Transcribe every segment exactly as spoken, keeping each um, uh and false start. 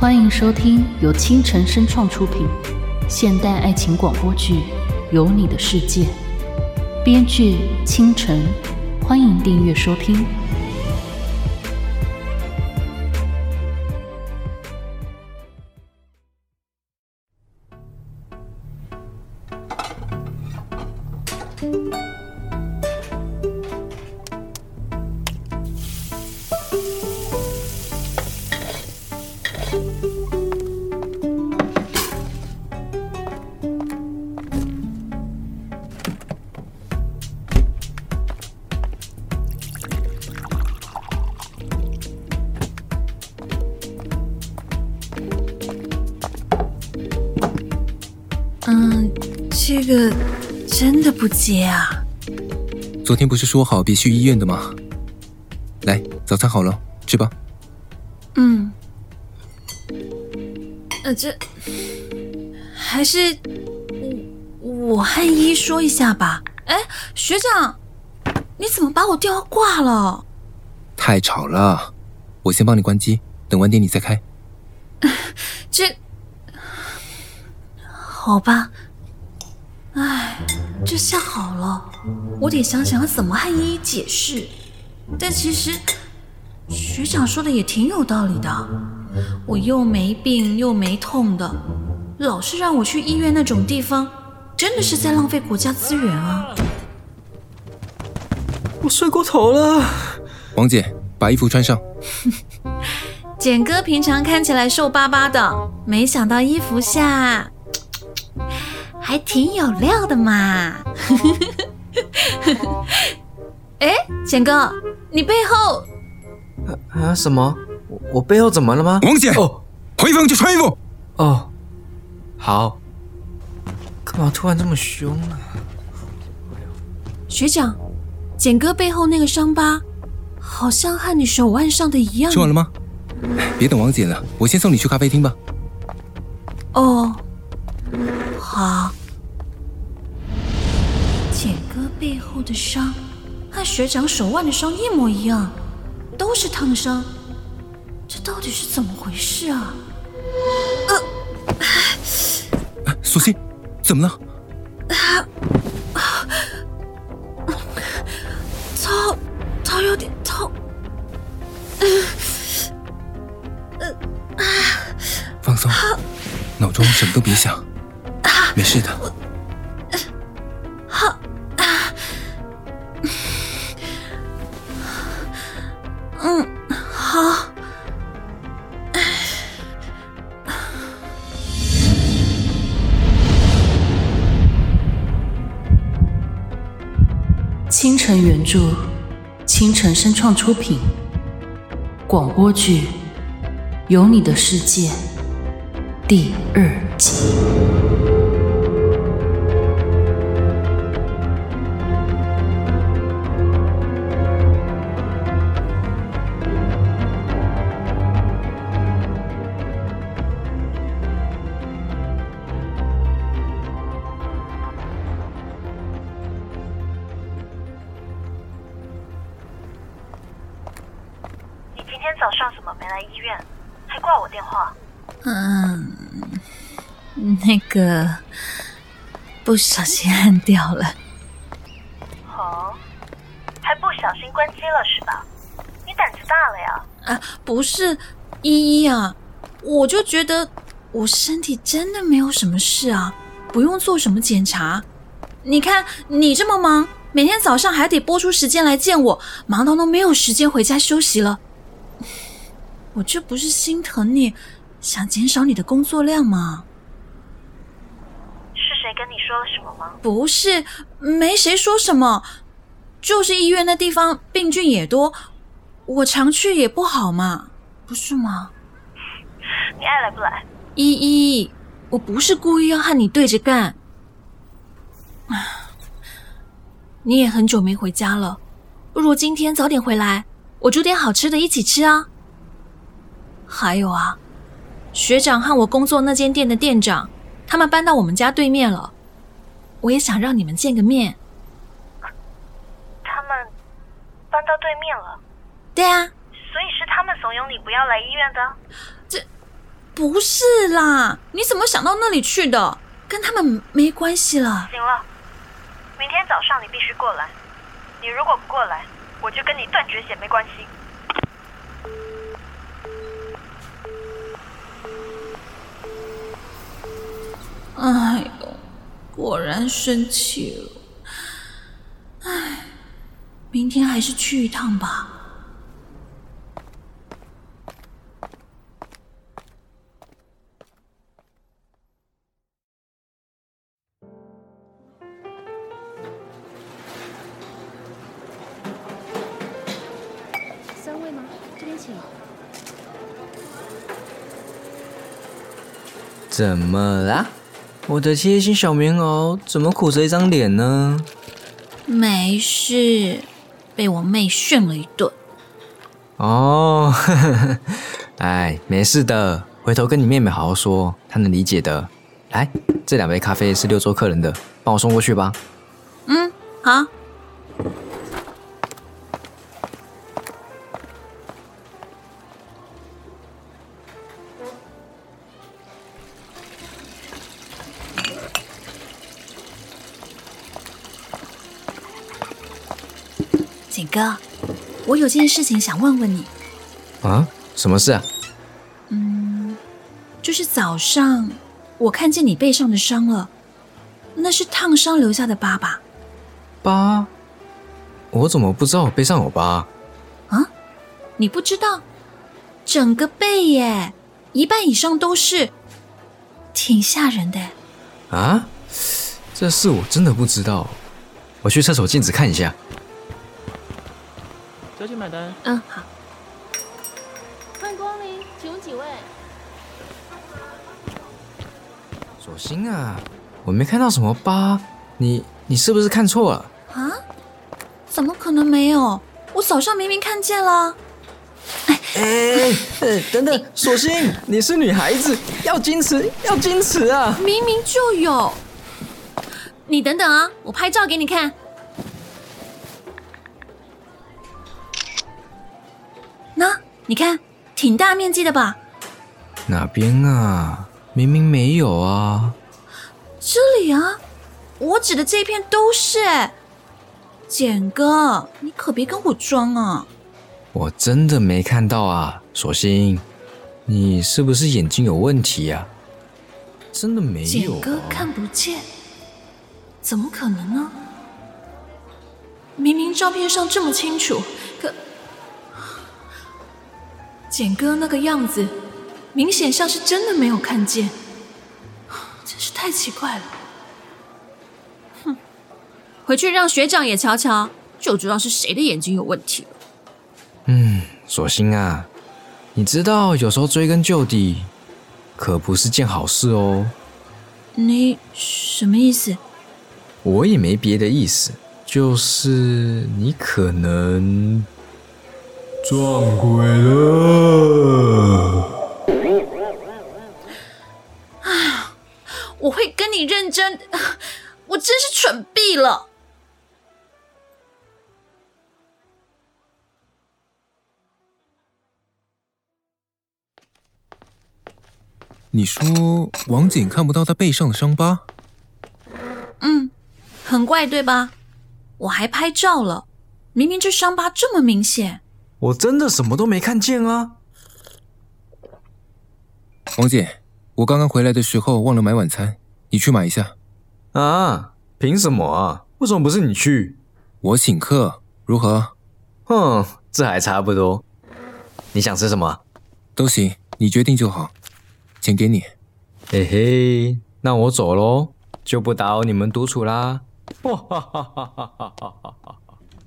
欢迎收听由青城声创出品现代爱情广播剧《有你的世界》，编剧青城，欢迎订阅收听。 嗯，这个真的不接啊？ 昨天不是说好别去医院的吗？来，早餐好了，吃吧。 嗯，呃，这还是我我和依依说一下吧。哎，学长，你怎么把我电话挂了？ 太吵了，我先帮你关机，等晚点你再开。 这好吧，哎，这下好了，我得想想要怎么和依依解释。但其实学长说的也挺有道理的，我又没病又没痛的，老是让我去医院那种地方，真的是在浪费国家资源啊。 我睡过头了。 王姐，把衣服穿上。 简哥平常看起来瘦巴巴的，没想到衣服下还挺有料的嘛。哎，简哥，你背后啊啊什么？我我背后怎么了吗？ 王姐， 哦， 回房去穿衣服。 哦，好。干嘛突然这么凶啊？ 学长，简哥背后那个伤疤，好像和你手腕上的一样。 吃完了吗？别等王姐了，我先送你去咖啡厅吧。 哦，好。简哥背后的伤和学长手腕的伤一模一样，都是烫伤，这到底是怎么回事啊？ 呃，苏欣，怎么了？ 头头有点痛。 放松，脑中什么都别想，没事的。 好，嗯，好。 青城原著，青城声创出品，广播剧《有你的世界》第二集。 今天早上怎么没来医院，还挂我电话？ 嗯，那个不小心按掉了。 哦，还不小心关机了是吧？你胆子大了呀？ 啊，不是，依依啊，我就觉得我身体真的没有什么事啊，不用做什么检查。你看你这么忙，每天早上还得拨出时间来见我，忙到都没有时间回家休息了。我这不是心疼你，想减少你的工作量吗？ 是谁跟你说了什么吗？ 不是，没谁说什么，就是医院那地方病菌也多，我常去也不好嘛，不是吗？ 你爱来不来？ 依依，我不是故意要和你对着干。你也很久没回家了，不如今天早点回来，我煮点好吃的一起吃啊。还有啊，学长和我工作那间店的店长，他们搬到我们家对面了，我也想让你们见个面。 他们搬到对面了？ 对啊。 所以是他们怂恿你不要来医院的？ 这不是啦，你怎么想到那里去的？跟他们没关系了。 行了，明天早上你必须过来。你如果不过来，我就跟你断绝血没关系。 哎呦，果然生气了。哎，明天还是去一趟吧。 三位吗？这边请。 怎么啦？我的贴心小棉袄怎么苦着一张脸呢？ 没事，被我妹训了一顿。 哦，呵呵，哎，没事的，回头跟你妹妹好好说，她能理解的。来，这两杯咖啡是六桌客人的，帮我送过去吧。 嗯，好。简哥，我有件事情想问问你。 啊？什么事啊？ 嗯，就是早上我看见你背上的伤了，那是烫伤留下的疤吧？ 疤？我怎么不知道我背上有疤？ 啊？你不知道？整个背耶，一半以上都是，挺吓人的。 啊？这事我真的不知道，我去厕所镜子看一下。 小姐买单。 嗯，好。 欢迎光临，请问几位？ 索性啊，我没看到什么疤，你你是不是看错了？ 啊？怎么可能没有？我早上明明看见了。 哎哎，等等，索性你是女孩子，要矜持，要矜持啊！ 明明就有。你等等啊，我拍照给你看。那你看，挺大面积的吧？ 哪边啊？明明没有啊。 这里啊，我指的这一片都是哎。简哥，你可别跟我装啊！ 我真的没看到啊，索性，你是不是眼睛有问题啊？真的没有、啊。 简哥看不见，怎么可能呢？明明照片上这么清楚，可简哥那个样子，明显像是真的没有看见，真是太奇怪了。哼，回去让学长也瞧瞧，就知道是谁的眼睛有问题了。 嗯，索性啊，你知道有时候追根究底可不是件好事哦。 你什么意思？ 我也没别的意思，就是你可能撞鬼了。 啊，我会跟你认真，我真是蠢毙了。 你说王锦看不到他背上的伤疤？ 嗯，很怪对吧？我还拍照了，明明这伤疤这么明显。 我真的什么都没看见啊。 王锦，我刚刚回来的时候忘了买晚餐，你去买一下。 啊？凭什么啊？为什么不是你去？ 我请客，如何？ 哼，这还差不多。你想吃什么？ 都行，你决定就好。钱给你。 嘿嘿，那我走咯，就不打扰你们独处啦。哇哈哈哈哈哈哈哈！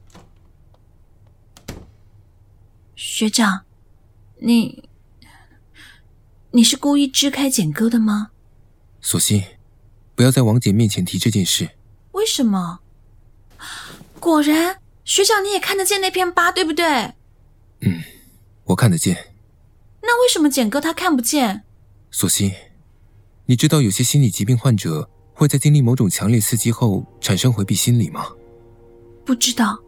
学长，你你是故意支开简哥的吗？ 索性，不要在王姐面前提这件事。 为什么？果然，学长你也看得见那片疤，对不对？ 嗯，我看得见。 那为什么简哥他看不见？ 索性，你知道有些心理疾病患者会在经历某种强烈刺激后产生回避心理吗？ 不知道。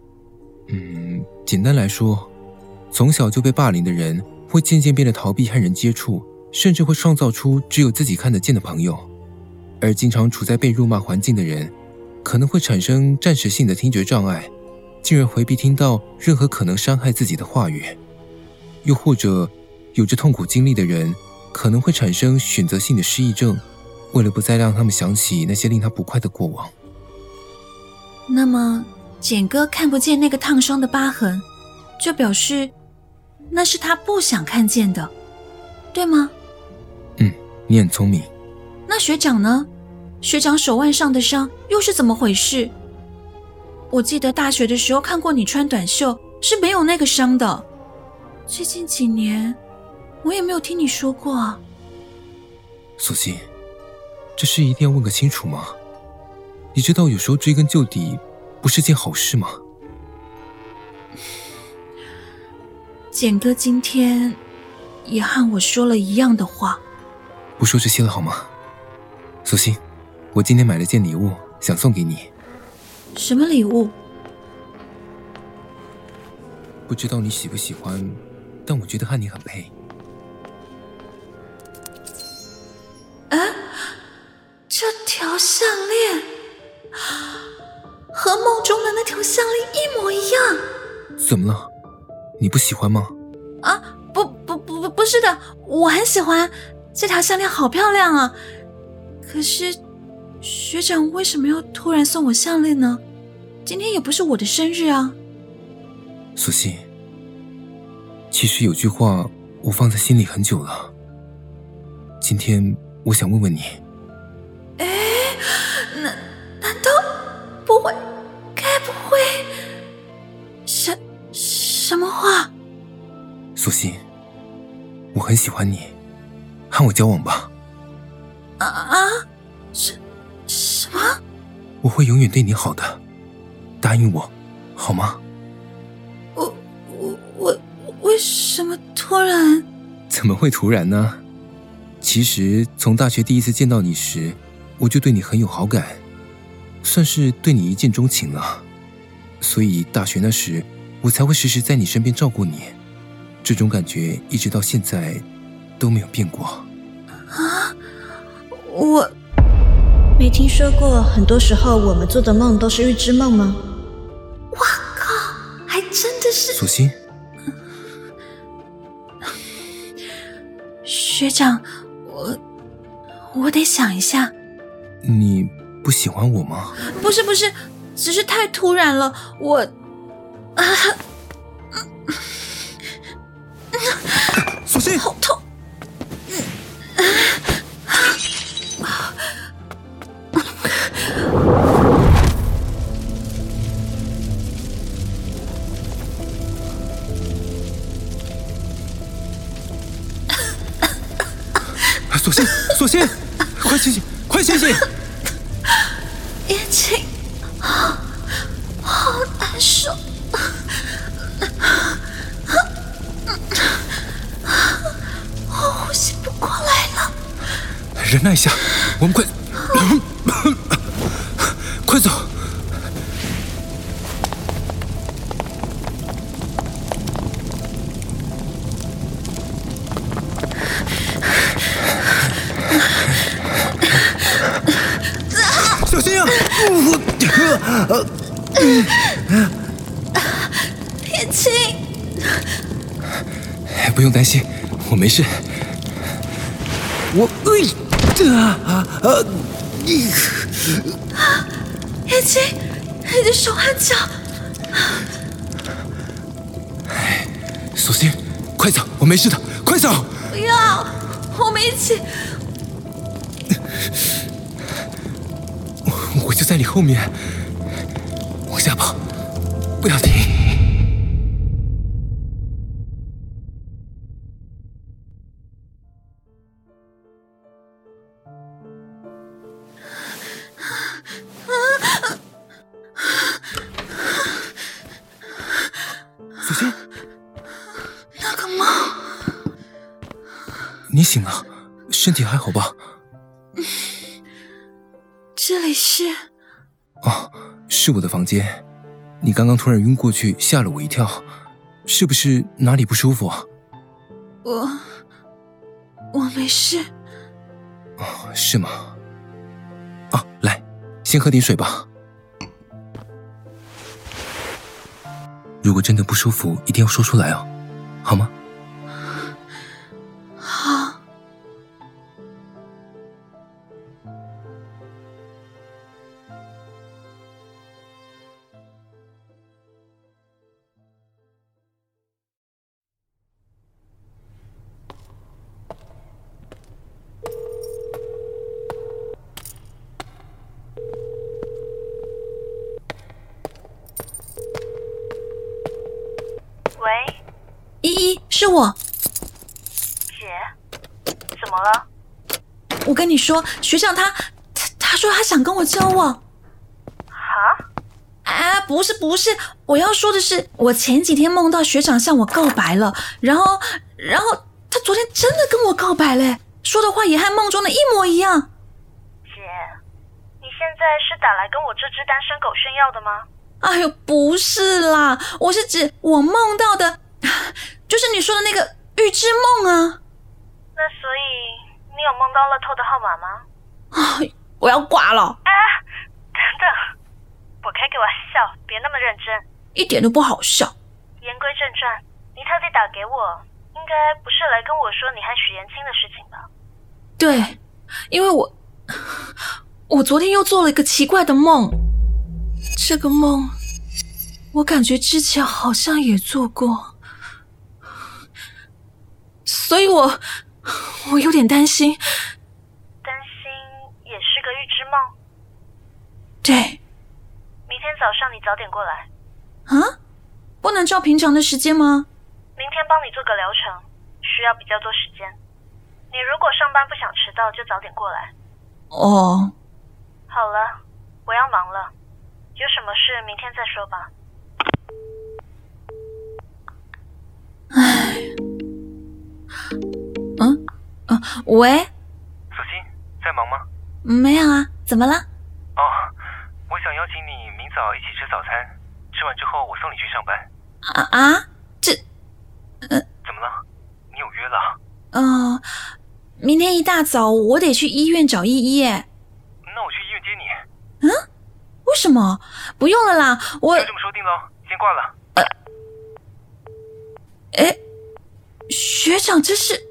嗯，简单来说，从小就被霸凌的人会渐渐变得逃避和人接触， 甚至会创造出只有自己看得见的朋友。而经常处在被辱骂环境的人，可能会产生暂时性的听觉障碍，进而回避听到任何可能伤害自己的话语。又或者有着痛苦经历的人，可能会产生选择性的失忆症，为了不再让他们想起那些令他不快的过往。 那么简哥看不见那个烫伤的疤痕，就表示那是他不想看见的，对吗？ 嗯，你很聪明。 那学长呢？学长手腕上的伤又是怎么回事？我记得大学的时候看过你穿短袖，是没有那个伤的。最近几年我也没有听你说过啊。 索性，这事一定要问个清楚吗？你知道有时候追根究底不是件好事吗？ 简哥今天也和我说了一样的话。 不说这些了好吗？索性，我今天买了件礼物，想送给你。 什么礼物？ 不知道你喜不喜欢，但我觉得和你很配。 啊，这条项链和梦中的那条项链一模一样。 怎么了？你不喜欢吗？ 啊，不不不不不是的，我很喜欢，这条项链好漂亮啊。可是学长为什么要突然送我项链呢？今天也不是我的生日啊。 索性，其实有句话我放在心里很久了，今天我想问问你。 哎，难难道不会？该不会？什什么话？ 索性，我很喜欢你，和我交往吧。 啊啊！什什么？ 我会永远对你好的，答应我，好吗？ 我我我为什么突然？ 怎么会突然呢？其实从大学第一次见到你时，我就对你很有好感，算是对你一见钟情了。所以大学那时，我才会时时在你身边照顾你。这种感觉一直到现在都没有变过。 啊！我没听说过很多时候我们做的梦都是预知梦吗？ 哇靠，还真的是。 索性， 学长，我我得想一下。 你不喜欢我吗？ 不是不是，只是太突然了，我啊， 索性， 好痛。 索性，索性，快醒醒，快醒醒！ 眼睛好好难受，我呼吸不过来了。 忍耐一下，我们快快走。小心啊！ 眼睛， 不用担心，我没事。我啊啊！ 眼睛，你的手和脚。 索性，快走，我没事的，快走！ 不要，我们一起。 我就在你后面，往下跑，不要停。索性， 那个梦， 你醒了，身体还好吧？ 这里是…… 哦，是我的房间。你刚刚突然晕过去，吓了我一跳，是不是哪里不舒服啊？ 我我没事。 哦，是吗？啊，来，先喝点水吧。如果真的不舒服，一定要说出来哦，好吗？ 好。 喂， 依依，是我。 姐，怎么了？ 我跟你说，学长他他他说他想跟我交往。 哈？ 啊，不是不是，我要说的是，我前几天梦到学长向我告白了，然后然后他昨天真的跟我告白嘞，说的话也和梦中的一模一样。 姐，你现在是打来跟我这只单身狗炫耀的吗？ 哎呦，不是啦，我是指我梦到的，就是你说的那个预知梦啊。 那所以你有梦到乐透的号码吗？ 啊，我要挂了。 啊，等等，我开个玩笑，别那么认真。 一点都不好笑。 言归正传，你特地打给我，应该不是来跟我说你和许延青的事情吧？ 对，因为我我昨天又做了一个奇怪的梦。这个梦我感觉之前好像也做过，所以我我有点担心。 担心也是个预知梦？ 对。 明天早上你早点过来。 啊？不能照平常的时间吗？ 明天帮你做个疗程，需要比较多时间。你如果上班不想迟到，就早点过来。 哦。 好了，我要忙了，有什么事明天再说吧。 唉，嗯啊，喂， 小新，在忙吗？ 没有啊，怎么了？ 哦，我想邀请你明早一起吃早餐，吃完之后我送你去上班。 啊啊，这，呃， 怎么了？你有约了？ 哦，明天一大早我得去医院找依依耶。 那我去医院接你。 嗯？为什么？不用了啦，我就这么说定了，先挂了。 哎，学长，这是……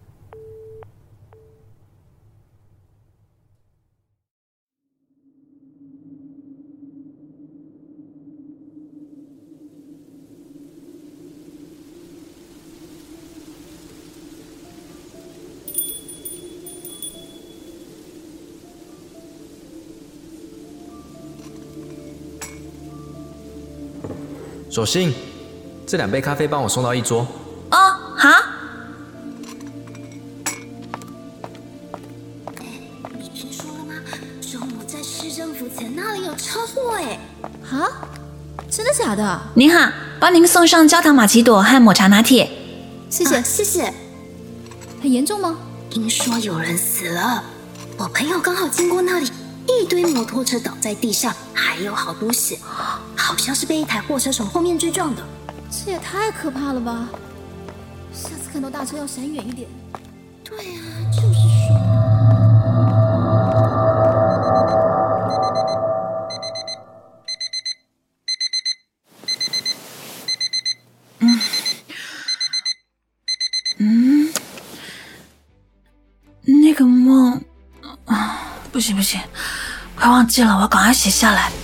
索性，这两杯咖啡帮我送到一桌。 哦，好。 你听说了吗？中午在市政府前那里有车祸哎！ 啊？真的假的？ 您好，帮您送上焦糖玛奇朵和抹茶拿铁。 谢谢、 啊、谢谢。 很严重吗？ 听说有人死了，我朋友刚好经过那里，一堆摩托车倒在地上，还有好多血，好像是被一台货车从后面追撞的。 这也太可怕了吧！下次看到大车要闪远一点。 对啊，就是说。 嗯嗯，那个梦啊，不行不行，快忘记了，我要赶快写下来。